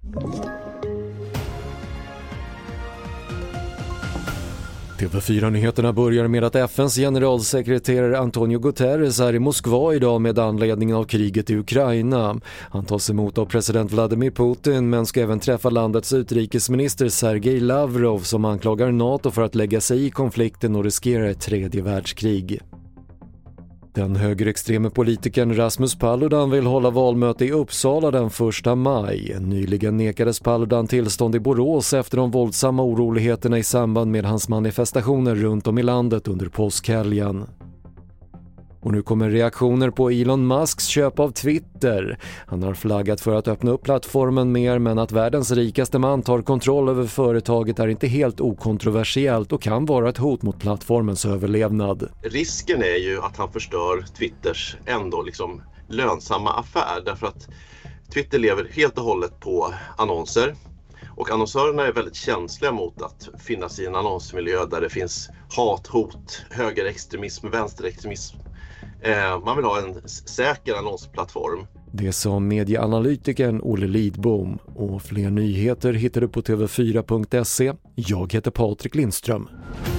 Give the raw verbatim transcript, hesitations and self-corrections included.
T V fyra-nyheterna börjar med att F N:s generalsekreterare Antonio Guterres är i Moskva idag med anledning av kriget i Ukraina. Han tas emot av president Vladimir Putin men ska även träffa landets utrikesminister Sergej Lavrov som anklagar NATO för att lägga sig i konflikten och riskera ett tredje världskrig. Den högerextreme politikern Rasmus Paludan vill hålla valmöte i Uppsala den första maj. Nyligen nekades Paludan tillstånd i Borås efter de våldsamma oroligheterna i samband med hans manifestationer runt om i landet under påskhelgen. Och nu kommer reaktioner på Elon Musks köp av Twitter. Han har flaggat för att öppna upp plattformen mer, men att världens rikaste man tar kontroll över företaget är inte helt okontroversiellt och kan vara ett hot mot plattformens överlevnad. Risken är ju att han förstör Twitters ändå liksom lönsamma affär, därför att Twitter lever helt och hållet på annonser. Och annonsörerna är väldigt känsliga mot att finnas i en annonsmiljö där det finns hat, hot, högerextremism, vänsterextremism. Man vill ha en säker annonsplattform. Det sa medieanalytikern Olle Lidbom, och fler nyheter hittar du på t v fyra punkt se. Jag heter Patrik Lindström.